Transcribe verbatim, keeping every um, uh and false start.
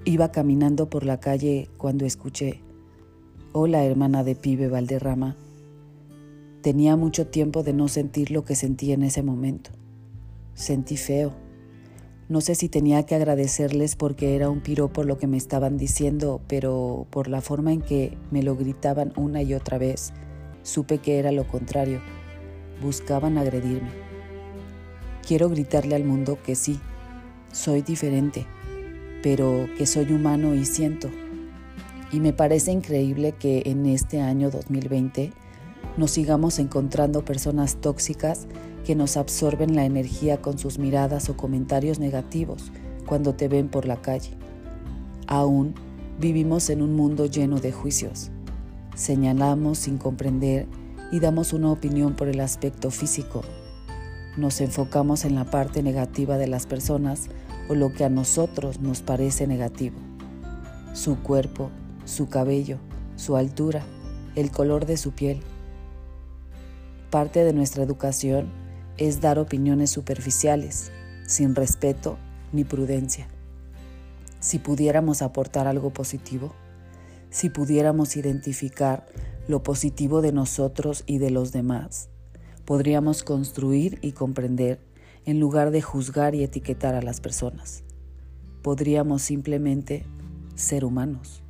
Iba caminando por la calle cuando escuché: «Hola, hermana de Pibe Valderrama». Tenía mucho tiempo de no sentir lo que sentí en ese momento. Sentí feo. No sé si tenía que agradecerles porque era un piropo lo que me estaban diciendo, pero por la forma en que me lo gritaban una y otra vez, supe que era lo contrario. Buscaban agredirme. Quiero gritarle al mundo que sí, soy diferente, pero que soy humano y siento. Y me parece increíble que en este año dos mil veinte nos sigamos encontrando personas tóxicas que nos absorben la energía con sus miradas o comentarios negativos cuando te ven por la calle. Aún vivimos en un mundo lleno de juicios. Señalamos sin comprender y damos una opinión por el aspecto físico. Nos enfocamos en la parte negativa de las personas o lo que a nosotros nos parece negativo. Su cuerpo, su cabello, su altura, el color de su piel. Parte de nuestra educación es dar opiniones superficiales, sin respeto ni prudencia. Si pudiéramos aportar algo positivo, si pudiéramos identificar lo positivo de nosotros y de los demás, podríamos construir y comprender en lugar de juzgar y etiquetar a las personas. Podríamos simplemente ser humanos.